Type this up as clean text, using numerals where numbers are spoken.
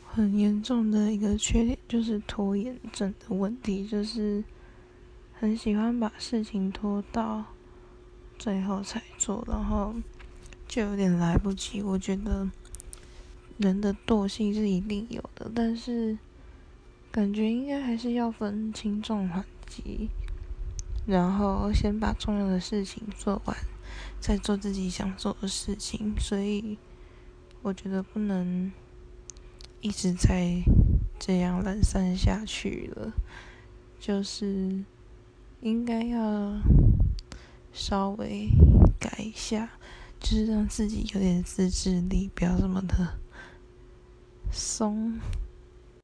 很严重的一个缺点就是拖延症的问题，就是很喜欢把事情拖到最后才做，然后就有点来不及。我觉得人的惰性是一定有的，但是感觉应该还是要分轻重缓急，然后先把重要的事情做完，再做自己想做的事情。所以我觉得不能一直在这样懒散下去了，就是应该要稍微改一下，就是让自己有点自制力，不要这么的松。